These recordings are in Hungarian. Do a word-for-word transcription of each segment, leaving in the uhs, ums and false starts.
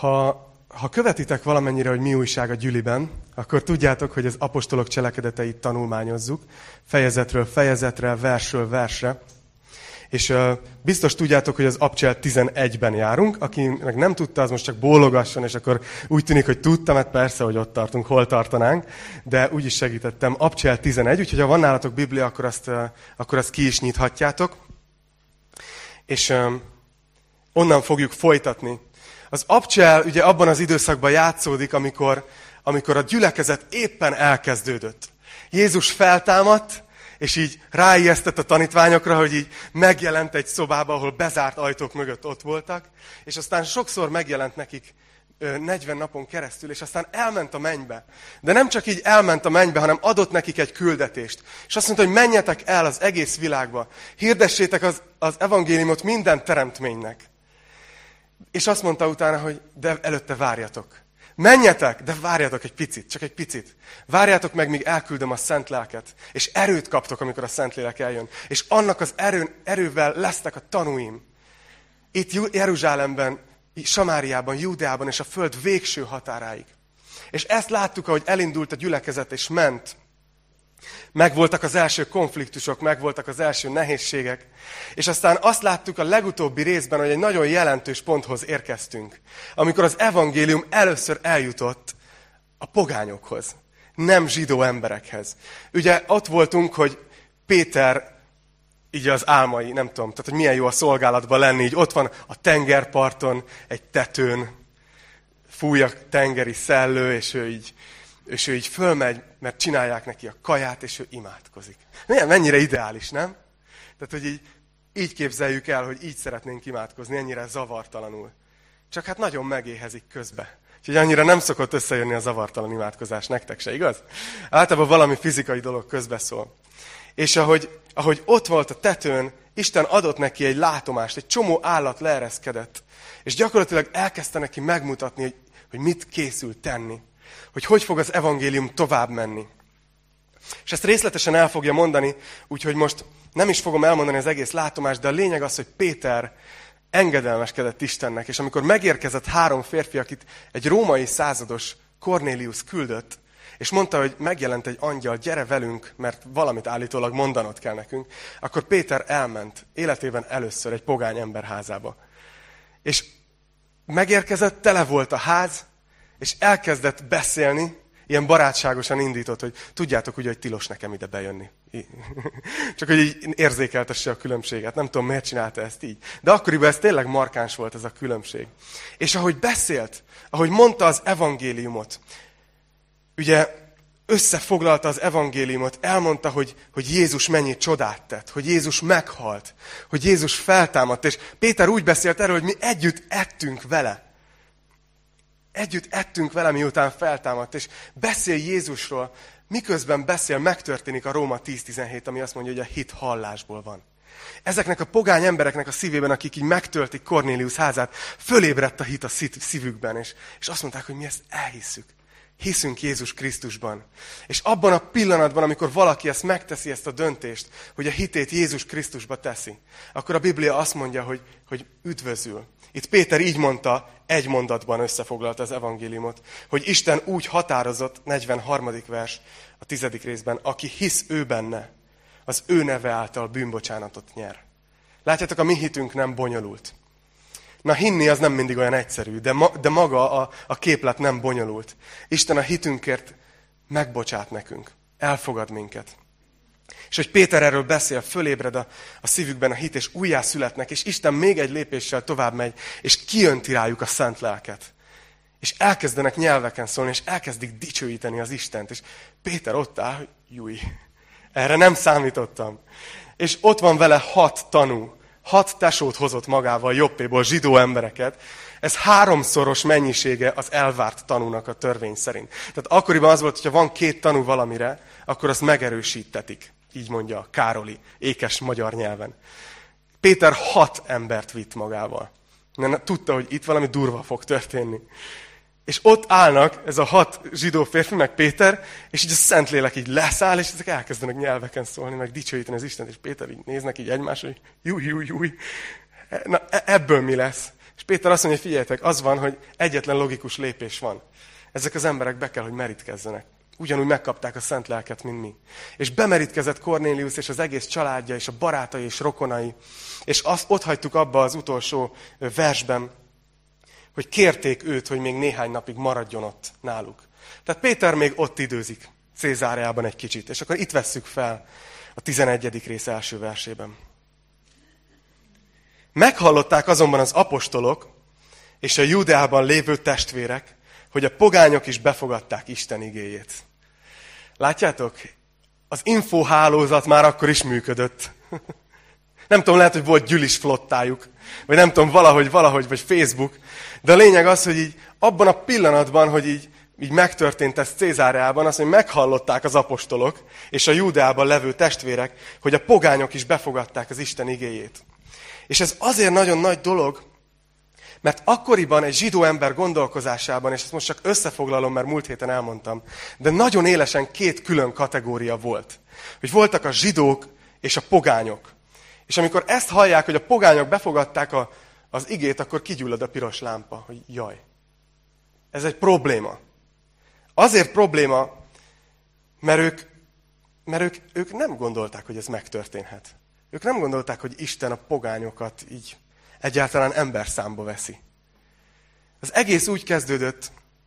Ha, ha követitek valamennyire, hogy mi újság a gyüliben, akkor tudjátok, hogy az apostolok cselekedeteit tanulmányozzuk, fejezetről fejezetre, versről versre. És uh, biztos tudjátok, hogy az Abcsel tizenegyben járunk, aki meg nem tudta, az most csak bólogasson, és akkor úgy tűnik, hogy tudtam, mert persze, hogy ott tartunk, hol tartanánk, de úgy is segítettem. Abcsel tizenegy, úgyhogy ha van nálatok Biblia, akkor azt, uh, akkor azt ki is nyithatjátok. És uh, onnan fogjuk folytatni. Az Abcsel ugye abban az időszakban játszódik, amikor, amikor a gyülekezet éppen elkezdődött. Jézus feltámadt, és így ráijesztett a tanítványokra, hogy így megjelent egy szobába, ahol bezárt ajtók mögött ott voltak, és aztán sokszor megjelent nekik negyven napon keresztül, és aztán elment a mennybe. De nem csak így elment a mennybe, hanem adott nekik egy küldetést. És azt mondta, hogy menjetek el az egész világba, hirdessétek az, az evangéliumot minden teremtménynek. És azt mondta utána, hogy de előtte várjatok. Menjetek, de várjatok egy picit, csak egy picit. Várjátok meg, míg elküldöm a szent lelket. És erőt kaptok, amikor a szent lélek eljön. És annak az erőn, erővel lesztek a tanúim. Itt Jeruzsálemben, Samáriában, Júdeában és a föld végső határáig. És ezt láttuk, ahogy elindult a gyülekezet és ment. Megvoltak az első konfliktusok, megvoltak az első nehézségek. És aztán azt láttuk a legutóbbi részben, hogy egy nagyon jelentős ponthoz érkeztünk. Amikor az evangélium először eljutott a pogányokhoz, nem zsidó emberekhez. Ugye ott voltunk, hogy Péter, így az álmai, nem tudom, tehát hogy milyen jó a szolgálatban lenni, így ott van a tengerparton, egy tetőn, fúj a tengeri szellő, és ő így, és ő így fölmegy, mert csinálják neki a kaját, és ő imádkozik. Milyen, mennyire ideális, nem? Tehát, hogy így, így képzeljük el, hogy így szeretnénk imádkozni, ennyire zavartalanul. Csak hát nagyon megéhezik közbe. Úgyhogy annyira nem szokott összejönni a zavartalan imádkozás, nektek se, igaz? Általában valami fizikai dolog közbeszól. És ahogy, ahogy ott volt a tetőn, Isten adott neki egy látomást, egy csomó állat leereszkedett. És gyakorlatilag elkezdte neki megmutatni, hogy, hogy mit készül tenni. Hogy hogy fog az evangélium tovább menni. És ezt részletesen el fogja mondani, úgyhogy most nem is fogom elmondani az egész látomást, de a lényeg az, hogy Péter engedelmeskedett Istennek, és amikor megérkezett három férfi, akit egy római százados Kornélius küldött, és mondta, hogy megjelent egy angyal, gyere velünk, mert valamit állítólag mondanod kell nekünk, akkor Péter elment életében először egy pogány ember házába. És megérkezett, tele volt a ház, és elkezdett beszélni, ilyen barátságosan indított, hogy tudjátok ugye, hogy tilos nekem ide bejönni. Csak hogy így érzékeltesse a különbséget. Nem tudom, miért csinálta ezt így. De akkoriban ez tényleg markáns volt ez a különbség. És ahogy beszélt, ahogy mondta az evangéliumot, ugye összefoglalta az evangéliumot, elmondta, hogy, hogy Jézus mennyi csodát tett, hogy Jézus meghalt, hogy Jézus feltámadt. És Péter úgy beszélt erről, hogy mi együtt ettünk vele. Együtt ettünk vele, miután feltámadt, és beszél Jézusról, miközben beszél, megtörténik a Róma tíz tizenhét, ami azt mondja, hogy a hit hallásból van. Ezeknek a pogány embereknek a szívében, akik így megtöltik Kornélius házát, fölébredt a hit a szívükben, és, és azt mondták, hogy mi ezt elhisszük. Hiszünk Jézus Krisztusban. És abban a pillanatban, amikor valaki ezt megteszi, ezt a döntést, hogy a hitét Jézus Krisztusba teszi, akkor a Biblia azt mondja, hogy, hogy üdvözül. Itt Péter így mondta, egy mondatban összefoglalta az evangéliumot, hogy Isten úgy határozott, negyvenharmadik vers a tizedik részben, aki hisz ő benne, az ő neve által bűnbocsánatot nyer. Látjátok, a mi hitünk nem bonyolult. Na, hinni az nem mindig olyan egyszerű, de, ma, de maga a, a képlet nem bonyolult. Isten a hitünkért megbocsát nekünk, elfogad minket. És hogy Péter erről beszél, fölébred a, a szívükben a hit, és újjászületnek, és Isten még egy lépéssel tovább megy, és kijönti rájuk a szent lelket. És elkezdenek nyelveken szólni, és elkezdik dicsőíteni az Istent. És Péter ott áll, hogy júj, erre nem számítottam. És ott van vele hat tanú. Hat tesót hozott magával Jobbéból, zsidó embereket. Ez háromszoros mennyisége az elvárt tanúnak a törvény szerint. Tehát akkoriban az volt, hogyha van két tanú valamire, akkor azt megerősítetik. Így mondja Károli, ékes magyar nyelven. Péter hat embert vitt magával. Mert tudta, hogy itt valami durva fog történni. És ott állnak ez a hat zsidó férfi, meg Péter, és így a Szentlélek így leszáll, és ezek elkezdenek nyelveken szólni, meg dicsőíteni az Istent, és Péter így néznek így egymásra, hogy júj, júj, júj. Na, ebből mi lesz? És Péter azt mondja, hogy figyeljetek, az van, hogy egyetlen logikus lépés van. Ezek az emberek be kell, hogy merítkezzenek. Ugyanúgy megkapták a szent lelket, mint mi. És bemerítkezett Kornéliusz és az egész családja, és a barátai és rokonai. És azt ott hagytuk abba az utolsó versben, hogy kérték őt, hogy még néhány napig maradjon ott náluk. Tehát Péter még ott időzik, Cézáreában egy kicsit. És akkor itt vesszük fel a tizenegyedik rész első versében. Meghallották azonban az apostolok és a Judeában lévő testvérek, hogy a pogányok is befogadták Isten igéjét. Látjátok? Az infóhálózat már akkor is működött. Nem tudom, lehet, hogy volt gyülis flottájuk, vagy nem tudom, valahogy, valahogy, vagy Facebook. De a lényeg az, hogy így abban a pillanatban, hogy így, így megtörtént ez Cézáreában, az, hogy meghallották az apostolok és a Judeában levő testvérek, hogy a pogányok is befogadták az Isten igéjét. És ez azért nagyon nagy dolog, mert akkoriban egy zsidó ember gondolkozásában, és ezt most csak összefoglalom, mert múlt héten elmondtam, de nagyon élesen két külön kategória volt. Hogy voltak a zsidók és a pogányok. És amikor ezt hallják, hogy a pogányok befogadták a, az igét, akkor kigyullad a piros lámpa, hogy jaj. Ez egy probléma. Azért probléma, mert ők, mert ők, ők nem gondolták, hogy ez megtörténhet. Ők nem gondolták, hogy Isten a pogányokat így egyáltalán emberszámba veszi. Az egész úgy kezdődött,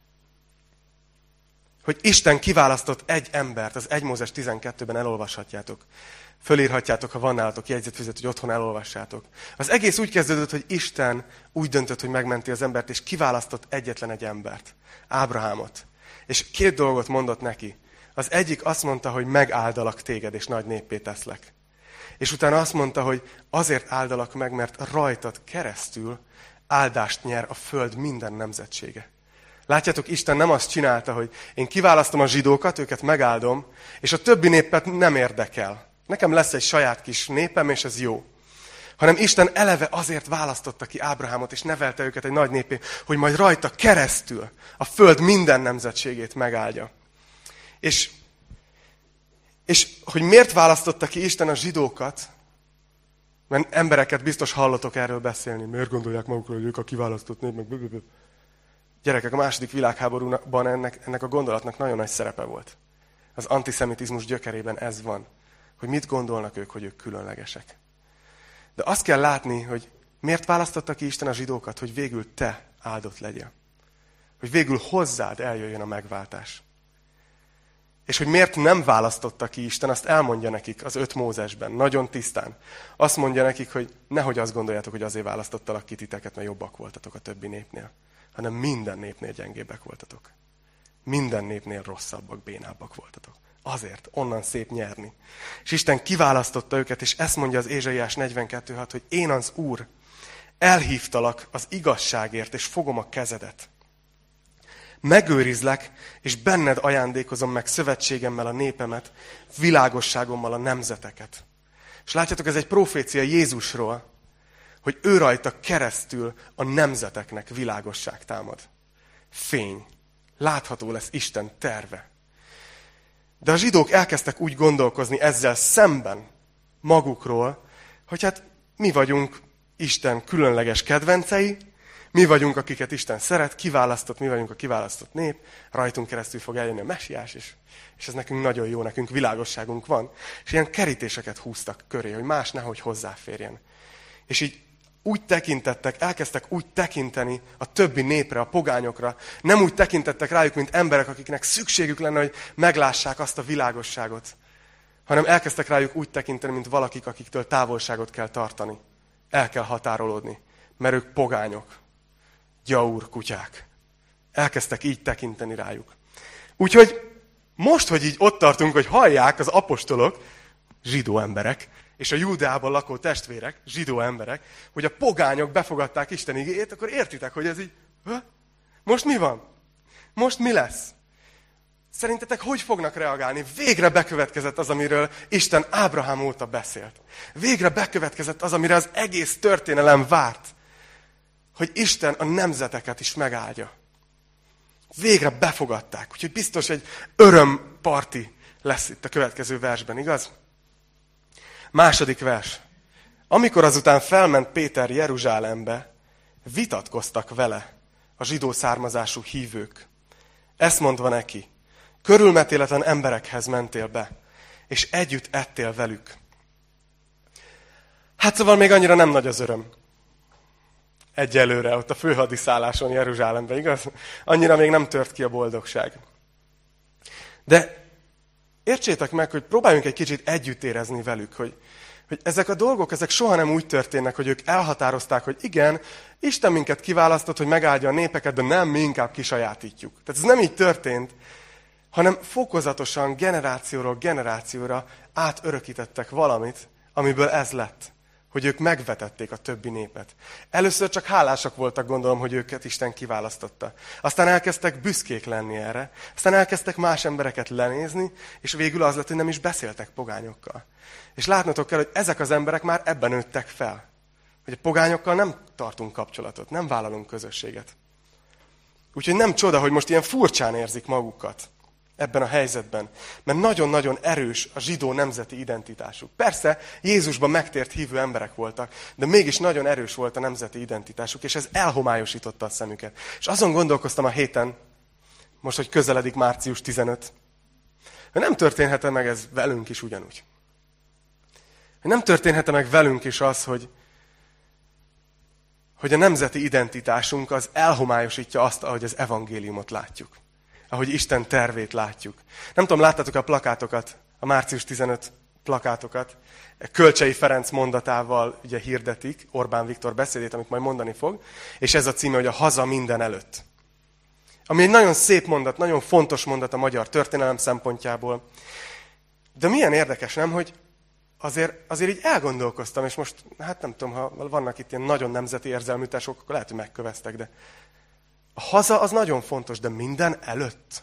hogy Isten kiválasztott egy embert, az egy Mózes tizenkettőben elolvashatjátok. Fölírhatjátok, ha van nálatok jegyzetfüzet, hogy otthon elolvassátok. Az egész úgy kezdődött, hogy Isten úgy döntött, hogy megmenti az embert, és kiválasztott egyetlen egy embert, Ábrahámot. És két dolgot mondott neki. Az egyik azt mondta, hogy megáldalak téged, és nagy néppé teszlek. És utána azt mondta, hogy azért áldalak meg, mert rajtad keresztül áldást nyer a föld minden nemzetsége. Látjátok, Isten nem azt csinálta, hogy én kiválasztom a zsidókat, őket megáldom, és a többi népet nem érdekel. Nekem lesz egy saját kis népem, és ez jó. Hanem Isten eleve azért választotta ki Ábrahámot, és nevelte őket egy nagy népé, hogy majd rajta keresztül a föld minden nemzetségét megáldja. És, és hogy miért választotta ki Isten a zsidókat? Mert embereket biztos hallotok erről beszélni. Miért gondolják magukra, hogy ők a kiválasztott nép? Meg... Gyerekek, a második világháborúban ennek, ennek a gondolatnak nagyon nagy szerepe volt. Az antiszemitizmus gyökerében ez van. Hogy mit gondolnak ők, hogy ők különlegesek. De azt kell látni, hogy miért választotta ki Isten a zsidókat, hogy végül te áldott legyél. Hogy végül hozzád eljöjjön a megváltás. És hogy miért nem választotta ki Isten, azt elmondja nekik az öt Mózesben, nagyon tisztán. Azt mondja nekik, hogy nehogy azt gondoljátok, hogy azért választottalak ki titeket, mert jobbak voltatok a többi népnél, hanem minden népnél gyengébbek voltatok. Minden népnél rosszabbak, bénábbak voltatok. Azért, onnan szép nyerni. És Isten kiválasztotta őket, és ezt mondja az Ézsaiás negyvenkettő hat, hogy én az Úr, elhívtalak az igazságért, és fogom a kezedet. Megőrizlek, és benned ajándékozom meg szövetségemmel a népemet, világosságommal a nemzeteket. És látjátok, ez egy profécia Jézusról, hogy ő rajta keresztül a nemzeteknek világosság támad. Fény. Látható lesz Isten terve. De a zsidók elkezdtek úgy gondolkozni ezzel szemben magukról, hogy hát mi vagyunk Isten különleges kedvencei, mi vagyunk, akiket Isten szeret, kiválasztott, mi vagyunk a kiválasztott nép, rajtunk keresztül fog eljönni a mesiás, és, és ez nekünk nagyon jó, nekünk világosságunk van. És ilyen kerítéseket húztak köré, hogy más nehogy hozzáférjen. És így úgy tekintettek, elkezdtek úgy tekinteni a többi népre, a pogányokra, nem úgy tekintettek rájuk, mint emberek, akiknek szükségük lenne, hogy meglássák azt a világosságot, hanem elkezdtek rájuk úgy tekinteni, mint valakik, akiktől távolságot kell tartani. El kell határolódni, mert ők pogányok, gyaur kutyák. Elkezdtek így tekinteni rájuk. Úgyhogy most, hogy így ott tartunk, hogy hallják az apostolok, zsidó emberek, és a Júdeában lakó testvérek, zsidó emberek, hogy a pogányok befogadták Isten igéjét, akkor értitek, hogy ez így, ha? Most mi van? Most mi lesz? Szerintetek hogy fognak reagálni? Végre bekövetkezett az, amiről Isten Ábrahám óta beszélt. Végre bekövetkezett az, amire az egész történelem várt. Hogy Isten a nemzeteket is megáldja. Végre befogadták. Úgyhogy biztos egy örömparti lesz itt a következő versben, igaz? Második vers. Amikor azután felment Péter Jeruzsálembe, vitatkoztak vele a zsidó származású hívők. Ezt mondva neki, körülmetéletlen emberekhez mentél be, és együtt ettél velük. Hát szóval még annyira nem nagy az öröm. Egyelőre, ott a főhadiszálláson Jeruzsálemben, igaz? Annyira még nem tört ki a boldogság. De értsétek meg, hogy próbáljunk egy kicsit együtt érezni velük, hogy, hogy ezek a dolgok, ezek soha nem úgy történnek, hogy ők elhatározták, hogy igen, Isten minket kiválasztott, hogy megáldja a népeket, de nem, mi inkább kisajátítjuk. Tehát ez nem így történt, hanem fokozatosan, generációról generációra átörökítettek valamit, amiből ez lett. Hogy ők megvetették a többi népet. Először csak hálásak voltak, gondolom, hogy őket Isten kiválasztotta. Aztán elkezdtek büszkék lenni erre. Aztán elkezdtek más embereket lenézni, és végül az lett, hogy nem is beszéltek pogányokkal. És látnotok kell, hogy ezek az emberek már ebben nőttek fel. Hogy a pogányokkal nem tartunk kapcsolatot, nem vállalunk közösséget. Úgyhogy nem csoda, hogy most ilyen furcsán érzik magukat ebben a helyzetben. Mert nagyon-nagyon erős a zsidó nemzeti identitásuk. Persze, Jézusban megtért hívő emberek voltak, de mégis nagyon erős volt a nemzeti identitásuk, és ez elhomályosította a szemüket. És azon gondolkoztam a héten, most, hogy közeledik március tizenötödike, hogy nem történhet-e meg ez velünk is ugyanúgy. Hogy nem történhet-e meg velünk is az, hogy, hogy a nemzeti identitásunk az elhomályosítja azt, ahogy az evangéliumot látjuk. Ahogy Isten tervét látjuk. Nem tudom, láttátok a plakátokat, a március tizenötödike plakátokat. Kölcsei Ferenc mondatával ugye hirdetik Orbán Viktor beszédét, amit majd mondani fog, és ez a címe, hogy a haza minden előtt. Ami egy nagyon szép mondat, nagyon fontos mondat a magyar történelem szempontjából. De milyen érdekes, nem, hogy azért, azért így elgondolkoztam, és most, hát nem tudom, ha vannak itt ilyen nagyon nemzeti érzelmű társok, akkor lehet, hogy megköveztek, de a haza az nagyon fontos, de minden előtt.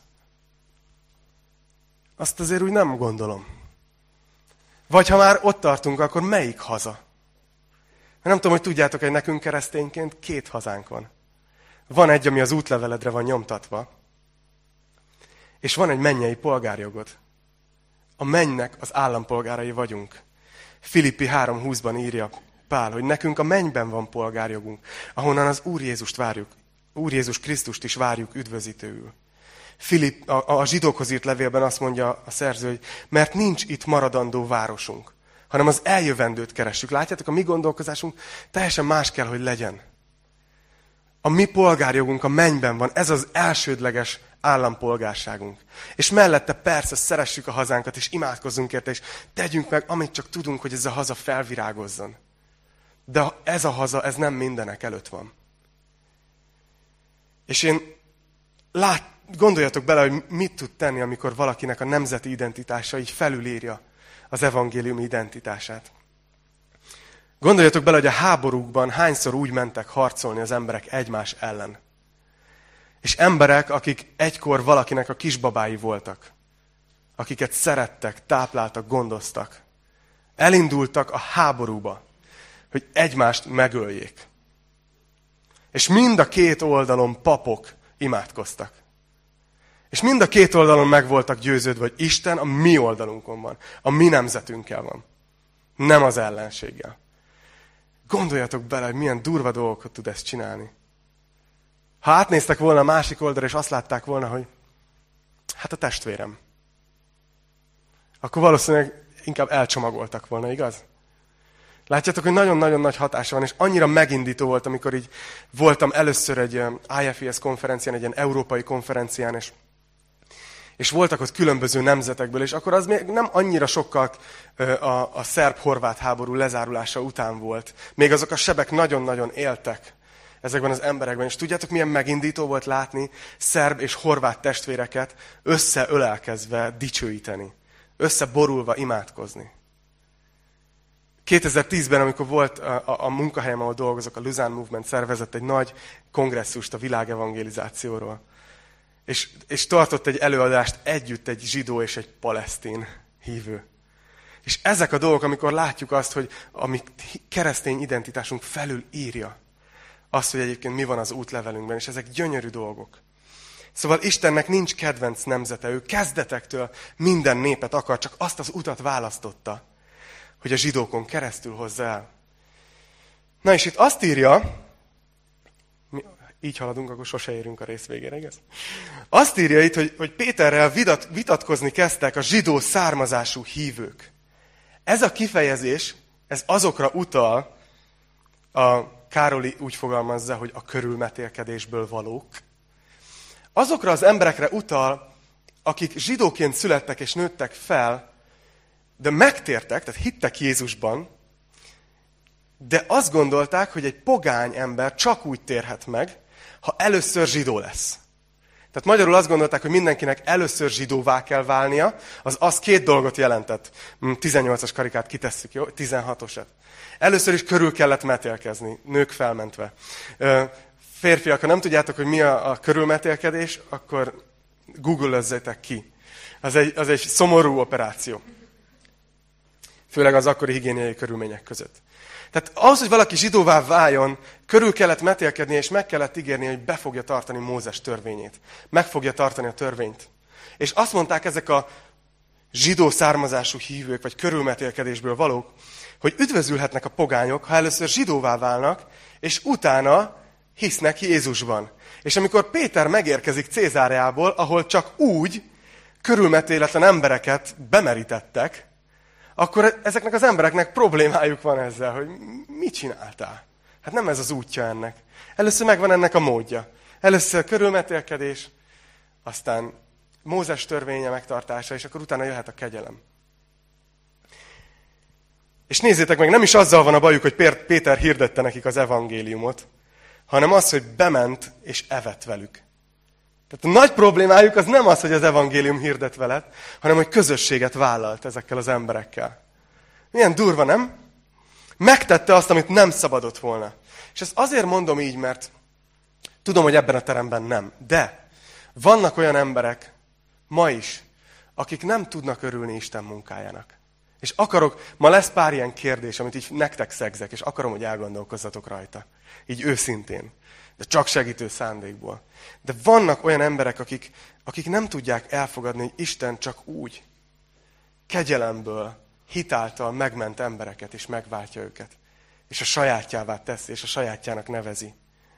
Azt azért úgy nem gondolom. Vagy ha már ott tartunk, akkor melyik haza? Nem tudom, hogy tudjátok, hogy nekünk keresztényként két hazánk van. Van egy, ami az útleveledre van nyomtatva, és van egy mennyei polgárjogod. A mennynek az állampolgárai vagyunk. Filippi három húszban írja Pál, hogy nekünk a mennyben van polgárjogunk, ahonnan az Úr Jézust várjuk. Úr Jézus Krisztust is várjuk üdvözítőül. Filip, a, a zsidókhoz írt levélben azt mondja a szerző, hogy mert nincs itt maradandó városunk, hanem az eljövendőt keressük. Látjátok, a mi gondolkozásunk teljesen más kell, hogy legyen. A mi polgárjogunk a mennyben van, ez az elsődleges állampolgárságunk. És mellette persze szeressük a hazánkat, és imádkozzunk érte, és tegyünk meg, amit csak tudunk, hogy ez a haza felvirágozzon. De ez a haza, ez nem mindenek előtt van. És én lát, gondoljatok bele, hogy mit tud tenni, amikor valakinek a nemzeti identitása így felülírja az evangélium identitását. Gondoljatok bele, hogy a háborúkban hányszor úgy mentek harcolni az emberek egymás ellen. És emberek, akik egykor valakinek a kisbabái voltak, akiket szerettek, tápláltak, gondoztak, elindultak a háborúba, hogy egymást megöljék. És mind a két oldalon papok imádkoztak. És mind a két oldalon meg voltak győződve, hogy Isten a mi oldalunkon van, a mi nemzetünkkel van, nem az ellenséggel. Gondoljatok bele, hogy milyen durva dolgokat tud ezt csinálni. Ha átnéztek volna a másik oldalra, és azt látták volna, hogy hát a testvérem, akkor valószínűleg inkább elcsomagoltak volna, igaz? Látjátok, hogy nagyon-nagyon nagy hatása van, és annyira megindító volt, amikor így voltam először egy I F E S konferencián, egy ilyen európai konferencián, és, és voltak ott különböző nemzetekből, és akkor az még nem annyira sokkal a, a szerb-horvát háború lezárulása után volt. Még azok a sebek nagyon-nagyon éltek ezekben az emberekben, és tudjátok, milyen megindító volt látni szerb és horvát testvéreket összeölelkezve dicsőíteni, összeborulva imádkozni. kétezer-tízben, amikor volt a, a, a munkahelyem, ahol dolgozok, a Lausanne Movement szervezett egy nagy kongresszust a világevangelizációról. És, és tartott egy előadást együtt egy zsidó és egy palesztin hívő. És ezek a dolgok, amikor látjuk azt, hogy a mi keresztény identitásunk felül írja azt, hogy egyébként mi van az útlevelünkben, és ezek gyönyörű dolgok. Szóval Istennek nincs kedvenc nemzete, ő kezdetektől minden népet akar, csak azt az utat választotta, hogy a zsidókon keresztül hozza el. Na és itt azt írja így haladunk, akkor sose érünk a rész végére, igaz? Azt írja itt, hogy, hogy Péterrel vitat, vitatkozni kezdtek a zsidó származású hívők. Ez a kifejezés, ez azokra utal, a Károli úgy fogalmazza, hogy a körülmetélkedésből valók. Azokra az emberekre utal, akik zsidóként születtek és nőttek fel, de megtértek, tehát hittek Jézusban, de azt gondolták, hogy egy pogány ember csak úgy térhet meg, ha először zsidó lesz. Tehát magyarul azt gondolták, hogy mindenkinek először zsidóvá kell válnia, az az két dolgot jelentett. tizennyolcas karikát kitesszük, jó? tizenhatosat. Először is körül kellett metélkezni, nők felmentve. Férfiak, ha nem tudjátok, hogy mi a, a körülmetélkedés, akkor google-özzétek ki. Az egy, az egy szomorú operáció. Főleg az akkori higiéniai körülmények között. Tehát ahhoz, hogy valaki zsidóvá váljon, körül kellett metélkedni, és meg kellett ígérni, hogy be fogja tartani Mózes törvényét. Meg fogja tartani a törvényt. És azt mondták ezek a zsidó származású hívők, vagy körülmetélkedésből valók, hogy üdvözülhetnek a pogányok, ha először zsidóvá válnak, és utána hisznek Jézusban. És amikor Péter megérkezik Cézáreából, ahol csak úgy körülmetéletlen embereket bemerítettek, akkor ezeknek az embereknek problémájuk van ezzel, hogy mit csináltál? Hát nem ez az útja ennek. Először megvan ennek a módja. Először körülmetélkedés, aztán Mózes törvénye megtartása, és akkor utána jöhet a kegyelem. És nézzétek meg, nem is azzal van a bajuk, hogy Péter hirdette nekik az evangéliumot, hanem az, hogy bement és evett velük. Tehát a nagy problémájuk az nem az, hogy az evangélium hirdet veled, hanem hogy közösséget vállalt ezekkel az emberekkel. Milyen durva, nem? Megtette azt, amit nem szabadott volna. És ezt azért mondom így, mert tudom, hogy ebben a teremben nem. De vannak olyan emberek ma is, akik nem tudnak örülni Isten munkájának. És akarok, ma lesz pár ilyen kérdés, amit így nektek szegzek, és akarom, hogy elgondolkozzatok rajta. Így őszintén. De csak segítő szándékból. De vannak olyan emberek, akik, akik nem tudják elfogadni, hogy Isten csak úgy, kegyelemből, hitáltal megment embereket, és megváltja őket. És a sajátjává teszi, és a sajátjának nevezi.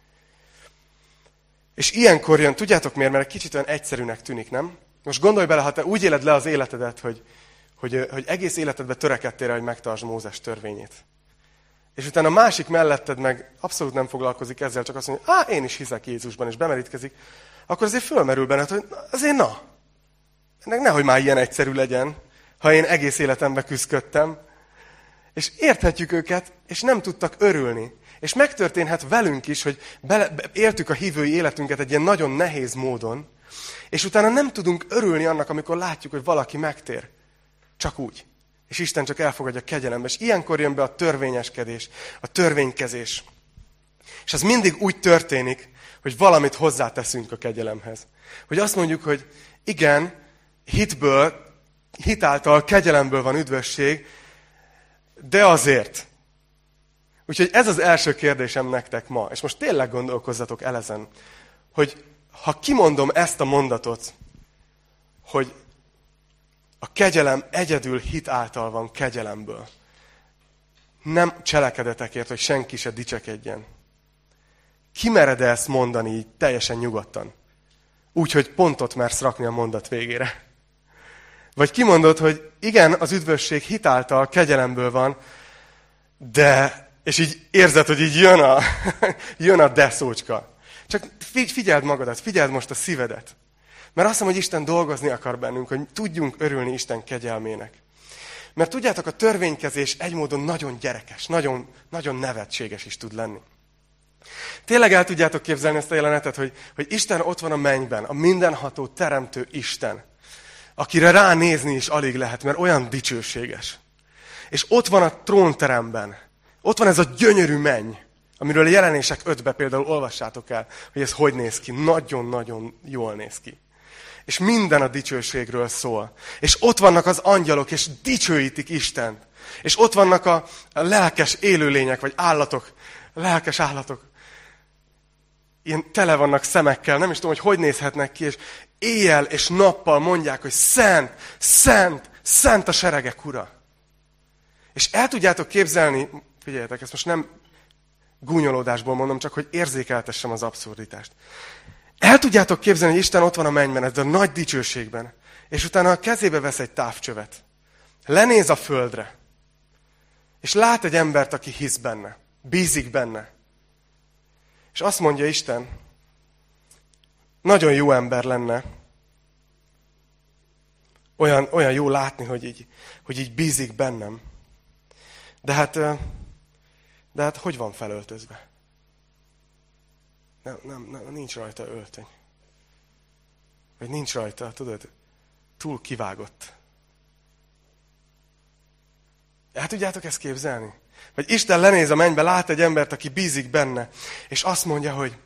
És ilyenkor jön, tudjátok miért? Mert egy kicsit olyan egyszerűnek tűnik, nem? Most gondolj bele, ha te úgy éled le az életedet, hogy, hogy, hogy egész életedben törekedtél rá, hogy megtartsd Mózes törvényét. És utána a másik melletted meg abszolút nem foglalkozik ezzel, csak azt mondja, á, én is hiszek Jézusban, és bemerítkezik, akkor azért fölmerül benned, hogy azért na, ennek nehogy már ilyen egyszerű legyen, ha én egész életemben küzdködtem. És érthetjük őket, és nem tudtak örülni. És megtörténhet velünk is, hogy bele, be, éltük a hívői életünket egy ilyen nagyon nehéz módon, és utána nem tudunk örülni annak, amikor látjuk, hogy valaki megtér. Csak úgy. És Isten csak elfogadja a kegyelembe. És ilyenkor jön be a törvényeskedés, a törvénykezés. És az mindig úgy történik, hogy valamit hozzáteszünk a kegyelemhez. Hogy azt mondjuk, hogy igen, hitből, hitáltal, kegyelemből van üdvösség, de azért. Úgyhogy ez az első kérdésem nektek ma. És most tényleg gondolkozzatok el ezen, hogy ha kimondom ezt a mondatot, hogy a kegyelem egyedül hit által van kegyelemből. Nem cselekedetekért, hogy senki se dicsekedjen. Ki mered ezt mondani így teljesen nyugodtan? Úgy, hogy pontot mersz rakni a mondat végére. Vagy kimondod, hogy igen, az üdvösség hit által kegyelemből van, de, és így érzed, hogy így jön a, jön a de szócska. Csak figyeld magadat, figyeld most a szívedet. Mert azt mondom, hogy Isten dolgozni akar bennünk, hogy tudjunk örülni Isten kegyelmének. Mert tudjátok, a törvénykezés egy módon nagyon gyerekes, nagyon, nagyon nevetséges is tud lenni. Tényleg el tudjátok képzelni ezt a jelenetet, hogy, hogy Isten ott van a mennyben, a mindenható teremtő Isten, akire ránézni is alig lehet, mert olyan dicsőséges. És ott van a trónteremben, ott van ez a gyönyörű menny, amiről a Jelenések ötben például olvassátok el, hogy ez hogy néz ki. Nagyon-nagyon jól néz ki. És minden a dicsőségről szól. És ott vannak az angyalok, és dicsőítik Istent. És ott vannak a, a lelkes élőlények, vagy állatok, a lelkes állatok. Ilyen tele vannak szemekkel, nem is tudom, hogy hogy nézhetnek ki, és éjjel és nappal mondják, hogy szent, szent, szent a seregek ura. És el tudjátok képzelni, figyeljetek, ezt most nem gúnyolódásból mondom, csak hogy érzékeltessem az abszurditást. El tudjátok képzelni, hogy Isten ott van a mennyben, ez a nagy dicsőségben, és utána a kezébe vesz egy távcsövet. Lenéz a földre, és lát egy embert, aki hisz benne, bízik benne. És azt mondja Isten, nagyon jó ember lenne, olyan, olyan jó látni, hogy így, hogy így bízik bennem. De hát, de hát hogy van felöltözve? Nem, nem, nem, nincs rajta öltöny. Vagy nincs rajta, tudod, túl kivágott. El tudjátok ezt képzelni? Vagy Isten lenéz a mennybe, lát egy embert, aki bízik benne, és azt mondja, hogy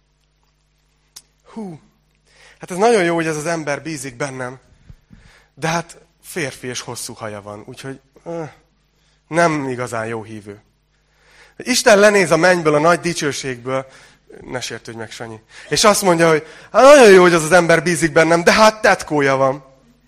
hú, hát ez nagyon jó, hogy ez az ember bízik bennem, de hát férfi és hosszú haja van, úgyhogy öh, nem igazán jó hívő. Isten lenéz a mennyből, a nagy dicsőségből, ne sértődj meg, Sanyi, és azt mondja, hogy hát nagyon jó, hogy az az ember bízik bennem, de hát tetkója van.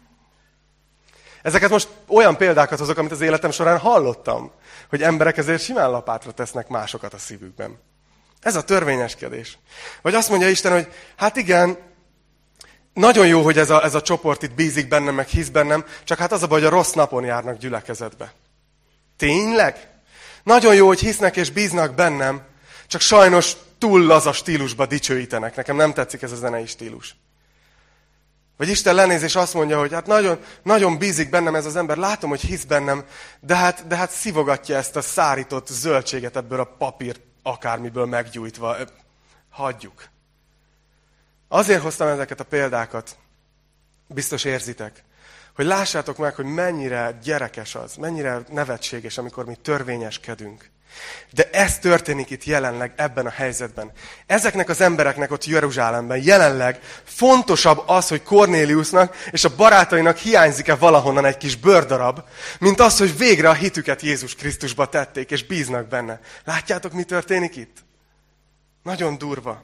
Ezeket most olyan példákat hozok, amit az életem során hallottam, hogy emberek ezért simán lapátra tesznek másokat a szívükben. Ez a törvényeskedés. Vagy azt mondja Isten, hogy hát igen, nagyon jó, hogy ez a, ez a csoport itt bízik bennem, meg hisz bennem, csak hát az a baj, hogy a rossz napon járnak gyülekezetbe. Tényleg? Nagyon jó, hogy hisznek és bíznak bennem, csak sajnos túl laza stílusba dicsőítenek. Nekem nem tetszik ez a zenei stílus. Vagy Isten lenéz és azt mondja, hogy hát nagyon, nagyon bízik bennem ez az ember, látom, hogy hisz bennem, de hát, de hát szivogatja ezt a szárított zöldséget ebből a papírt akármiből meggyújtva. Hagyjuk. Azért hoztam ezeket a példákat, biztos érzitek, hogy lássátok meg, hogy mennyire gyerekes az, mennyire nevetséges, amikor mi törvényeskedünk. De ez történik itt jelenleg ebben a helyzetben. Ezeknek az embereknek ott Jeruzsálemben jelenleg fontosabb az, hogy Kornéliusnak és a barátainak hiányzik-e valahonnan egy kis bőrdarab, mint az, hogy végre a hitüket Jézus Krisztusba tették, és bíznak benne. Látjátok, mi történik itt? Nagyon durva.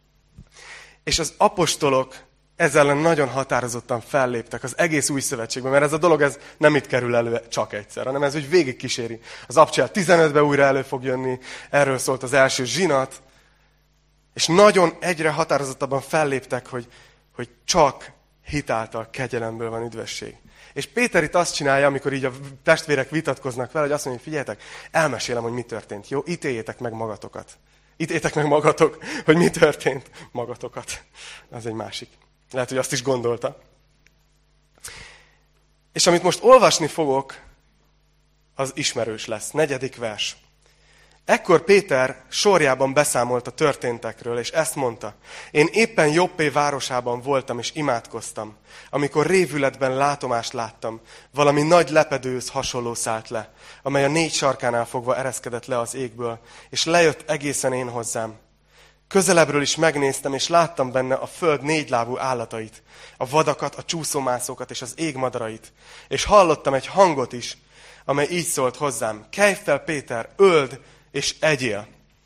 És az apostolok ezzel ellen nagyon határozottan felléptek az egész új szövetségben, mert ez a dolog ez nem itt kerül elő csak egyszer, hanem ez úgy végig kíséri. Az Abcsel tizenötben újra elő fog jönni, erről szólt az első zsinat, és nagyon egyre határozottabban felléptek, hogy, hogy csak hitáltal, kegyelemből van üdvösség. És Péter itt azt csinálja, amikor így a testvérek vitatkoznak vele, hogy azt mondja, hogy figyeljetek, elmesélem, hogy mi történt. Jó, ítéljétek meg magatokat. Ítéljétek meg magatok, hogy mi történt magatokat. Az egy másik. Lehet, hogy azt is gondolta. És amit most olvasni fogok, az ismerős lesz. Negyedik vers. Ekkor Péter sorjában beszámolt a történtekről, és ezt mondta. Én éppen Joppé városában voltam, és imádkoztam, amikor révületben látomást láttam, valami nagy lepedőhöz hasonló szállt le, amely a négy sarkánál fogva ereszkedett le az égből, és lejött egészen én hozzám. Közelebbről is megnéztem, és láttam benne a föld négylábú állatait, a vadakat, a csúszómászókat és az égmadarait. És hallottam egy hangot is, amely így szólt hozzám. Kelj fel, Péter, öld és egyél.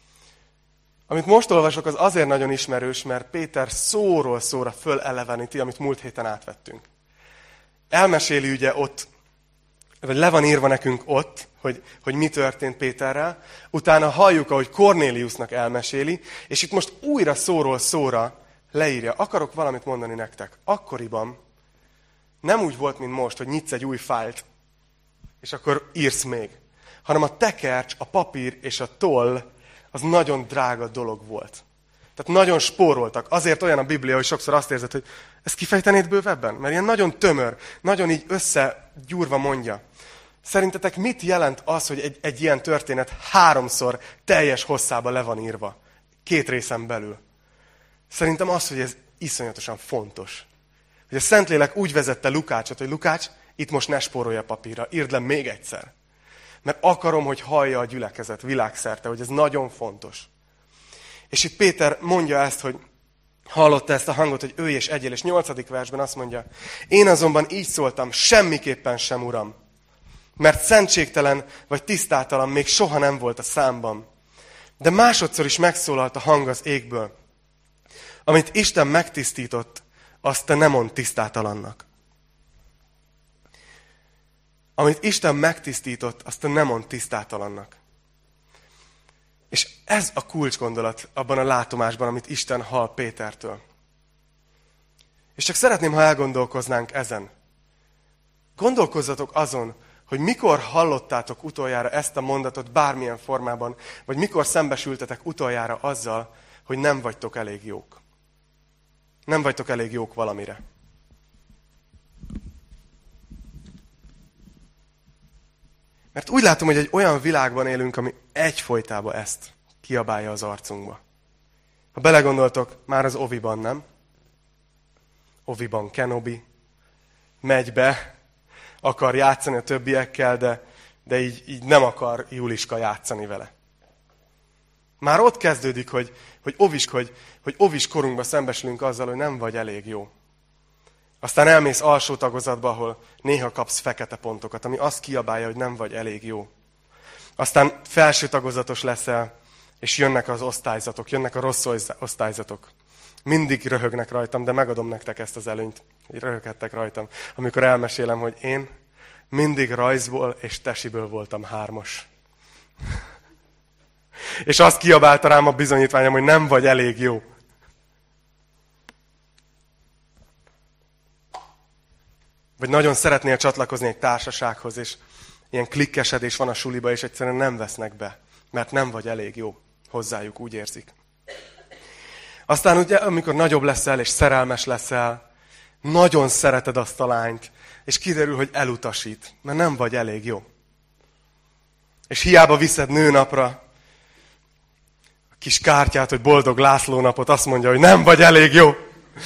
Amit most olvasok, az azért nagyon ismerős, mert Péter szóról szóra föleleveníti, amit múlt héten átvettünk. Elmeséli ugye ott, vagy le van írva nekünk ott, hogy, hogy mi történt Péterrel, utána halljuk, ahogy Kornéliusnak elmeséli, és itt most újra szóról szóra leírja. Akarok valamit mondani nektek. Akkoriban nem úgy volt, mint most, hogy nyitsz egy új fájlt, és akkor írsz még. Hanem a tekercs, a papír és a toll az nagyon drága dolog volt. Tehát nagyon spóroltak. Azért olyan a Biblia, hogy sokszor azt érzed, hogy ezt kifejtenéd bővebben? Mert ilyen nagyon tömör, nagyon így összegyúrva mondja. Szerintetek mit jelent az, hogy egy, egy ilyen történet háromszor teljes hosszába le van írva? Két részen belül. Szerintem az, hogy ez iszonyatosan fontos. Hogy a Szentlélek úgy vezette Lukácsot, hogy Lukács, itt most ne spórolja papírra, írd le még egyszer. Mert akarom, hogy hallja a gyülekezet világszerte, hogy ez nagyon fontos. És itt Péter mondja ezt, hogy hallotta ezt a hangot, hogy ő és egyél, és nyolcadik versben azt mondja, én azonban így szóltam, semmiképpen sem, Uram, mert szentségtelen vagy tisztátalan még soha nem volt a számban. De másodszor is megszólalt a hang az égből. Amit Isten megtisztított, azt te nem mondd tisztátalannak. Amit Isten megtisztított, azt te nem mondd tisztátalannak. És ez a kulcsgondolat abban a látomásban, amit Isten hall Pétertől. És csak szeretném, ha elgondolkoznánk ezen. Gondolkozzatok azon, hogy mikor hallottátok utoljára ezt a mondatot bármilyen formában, vagy mikor szembesültetek utoljára azzal, hogy nem vagytok elég jók. Nem vagytok elég jók valamire. Mert úgy látom, hogy egy olyan világban élünk, ami egyfolytában ezt kiabálja az arcunkba. Ha belegondoltok, már az oviban, nem? Oviban Kenobi megy be, akar játszani a többiekkel, de, de így, így nem akar Juliska játszani vele. Már ott kezdődik, hogy, hogy, ovis, hogy, hogy ovis korunkban szembesülünk azzal, hogy nem vagy elég jó. Aztán elmész alsó tagozatba, ahol néha kapsz fekete pontokat, ami azt kiabálja, hogy nem vagy elég jó. Aztán felső tagozatos leszel, és jönnek az osztályzatok, jönnek a rossz osztályzatok. Mindig röhögnek rajtam, de megadom nektek ezt az előnyt, hogy röhöghettek rajtam. Amikor elmesélem, hogy én mindig rajzból és tesiből voltam hármas. És azt kiabálta rám a bizonyítványom, hogy nem vagy elég jó. Vagy nagyon szeretnél csatlakozni egy társasághoz, és ilyen klikkesedés van a suliba, és egyszerűen nem vesznek be, mert nem vagy elég jó hozzájuk, úgy érzik. Aztán ugye, amikor nagyobb leszel, és szerelmes leszel, nagyon szereted azt a lányt, és kiderül, hogy elutasít, mert nem vagy elég jó. És hiába viszed nőnapra a kis kártyát, hogy boldog László napot, azt mondja, hogy nem vagy elég jó.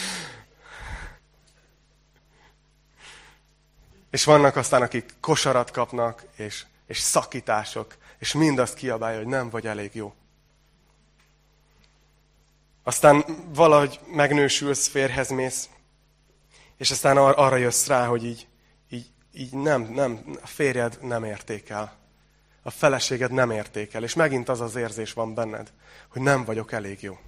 És vannak aztán, akik kosarat kapnak, és, és szakítások, és mindazt kiabálja, hogy nem vagy elég jó. Aztán valahogy megnősülsz, férjhez mész, és aztán ar- arra jössz rá, hogy így, így, így nem, nem, a férjed nem értékel. A feleséged nem értékel, és megint az az érzés van benned, hogy nem vagyok elég jó.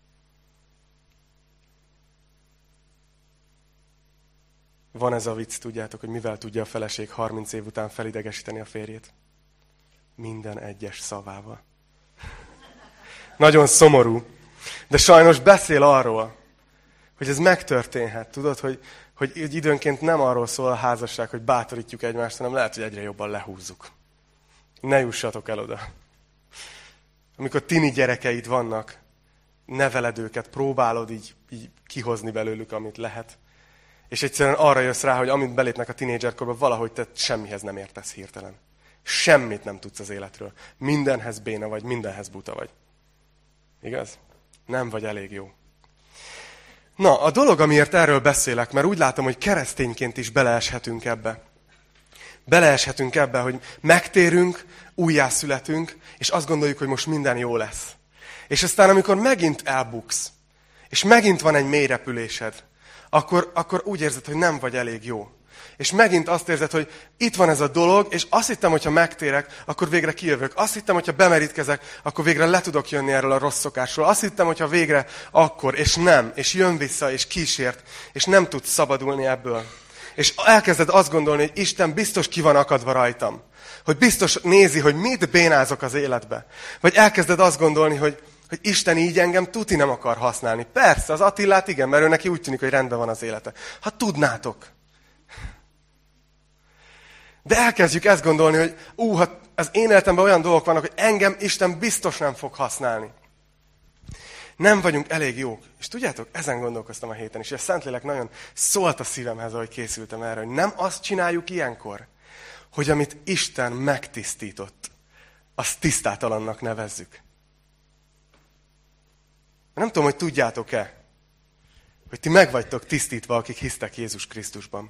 Van ez a vicc, tudjátok, hogy mivel tudja a feleség harminc év után felidegesíteni a férjét? Minden egyes szavával. Nagyon szomorú, de sajnos beszél arról, hogy ez megtörténhet. Tudod, hogy, hogy időnként nem arról szól a házasság, hogy bátorítjuk egymást, hanem lehet, hogy egyre jobban lehúzzuk. Ne jussatok el oda. Amikor tini gyerekeid vannak, neveled őket, próbálod így, így kihozni belőlük, amit lehet. És egyszerűen arra jössz rá, hogy amint belépnek a tinédzserkorba, valahogy te semmihez nem értesz hirtelen. Semmit nem tudsz az életről. Mindenhez béna vagy, mindenhez buta vagy. Igaz? Nem vagy elég jó. Na, a dolog, amiért erről beszélek, mert úgy látom, hogy keresztényként is beleeshetünk ebbe. Beleeshetünk ebbe, hogy megtérünk, újjászületünk, és azt gondoljuk, hogy most minden jó lesz. És aztán, amikor megint elbuksz, és megint van egy mélyrepülésed, akkor, akkor úgy érzed, hogy nem vagy elég jó. És megint azt érzed, hogy itt van ez a dolog, és azt hittem, hogyha megtérek, akkor végre kijövök. Azt hittem, hogyha bemerítkezek, akkor végre le tudok jönni erről a rossz szokásról. Azt hittem, hogyha végre akkor, és nem, és jön vissza, és kísért, és nem tudsz szabadulni ebből. És elkezded azt gondolni, hogy Isten biztos ki van akadva rajtam. Hogy biztos nézi, hogy mit bénázok az életbe. Vagy elkezded azt gondolni, hogy, hogy Isten így engem tuti nem akar használni. Persze, az Attilát igen, mert ő neki úgy tűnik, hogy rendben van az élete. Ha tudnátok. De elkezdjük ezt gondolni, hogy ú, hát az én életemben olyan dolgok vannak, hogy engem Isten biztos nem fog használni. Nem vagyunk elég jók. És tudjátok, ezen gondolkoztam a héten is, és a Szentlélek nagyon szólt a szívemhez, ahogy készültem erre, hogy nem azt csináljuk ilyenkor, hogy amit Isten megtisztított, azt tisztátalannak nevezzük. Nem tudom, hogy tudjátok-e, hogy ti meg vagytok tisztítva, akik hisztek Jézus Krisztusban.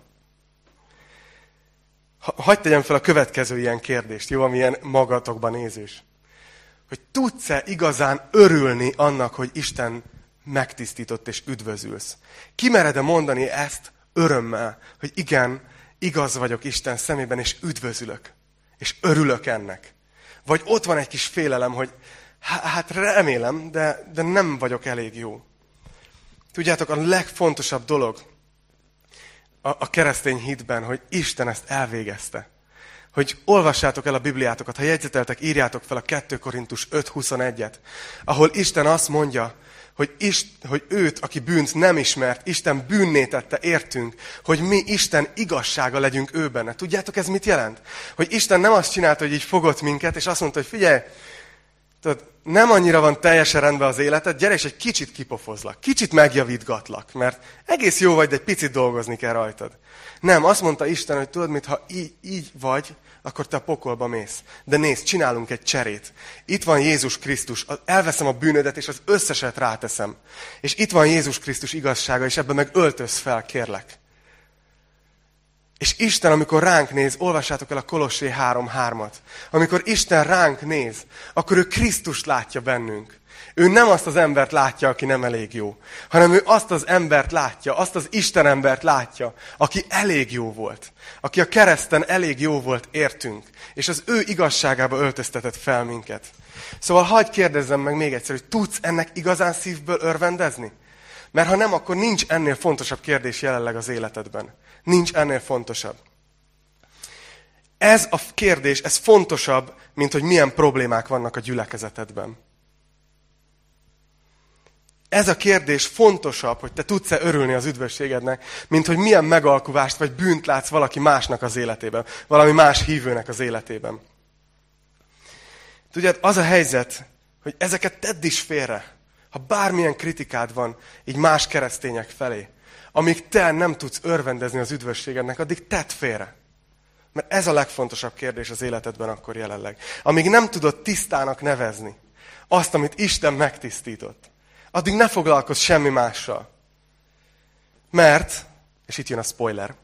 Hadd tegyem fel a következő ilyen kérdést, jó, ami ilyen magatokban nézős. Hogy tudsz-e igazán örülni annak, hogy Isten megtisztított és üdvözülsz? Kimered-e mondani ezt örömmel, hogy igen, igaz vagyok Isten szemében, és üdvözülök, és örülök ennek? Vagy ott van egy kis félelem, hogy hát remélem, de, de nem vagyok elég jó. Tudjátok, a legfontosabb dolog a, a keresztény hitben, hogy Isten ezt elvégezte. hogy olvassátok el a Bibliátokat, ha jegyzeteltek, írjátok fel a kettő Korintus öt huszonegyet, ahol Isten azt mondja, hogy, Ist, hogy őt, aki bűnt nem ismert, Isten bűnné tette értünk, hogy mi Isten igazsága legyünk ő benne. Tudjátok, ez mit jelent? Hogy Isten nem azt csinálta, hogy így fogott minket, és azt mondta, hogy figyelj, tudod, nem annyira van teljesen rendben az életed, gyere és egy kicsit kipofozlak, kicsit megjavítgatlak, mert egész jó vagy, de egy picit dolgozni kell rajtad. Nem, azt mondta Isten, hogy tudod, mintha így, így vagy, akkor te a pokolba mész. De nézd, csinálunk egy cserét. Itt van Jézus Krisztus, elveszem a bűnödet, és az összeset ráteszem. És itt van Jézus Krisztus igazsága, és ebben meg öltöz fel, kérlek. És Isten, amikor ránk néz, olvassátok el a Kolossé három hármat. Amikor Isten ránk néz, akkor ő Krisztust látja bennünk. Ő nem azt az embert látja, aki nem elég jó, hanem ő azt az embert látja, azt az Isten embert látja, aki elég jó volt. Aki a kereszten elég jó volt értünk, és az ő igazságába öltöztetett fel minket. Szóval hadd kérdezzem meg még egyszer, hogy tudsz ennek igazán szívből örvendezni? Mert ha nem, akkor nincs ennél fontosabb kérdés jelenleg az életedben. Nincs ennél fontosabb. Ez a kérdés, ez fontosabb, mint hogy milyen problémák vannak a gyülekezetedben. Ez a kérdés fontosabb, hogy te tudsz-e örülni az üdvösségednek, mint hogy milyen megalkuvást vagy bűnt látsz valaki másnak az életében, valami más hívőnek az életében. Tudjád, az a helyzet, hogy ezeket tedd is félre. Ha bármilyen kritikád van így más keresztények felé, amíg te nem tudsz örvendezni az üdvösségednek, addig tedd félre. Mert ez a legfontosabb kérdés az életedben akkor jelenleg. Amíg nem tudod tisztának nevezni azt, amit Isten megtisztított, addig ne foglalkozz semmi mással. Mert, és itt jön a spoiler,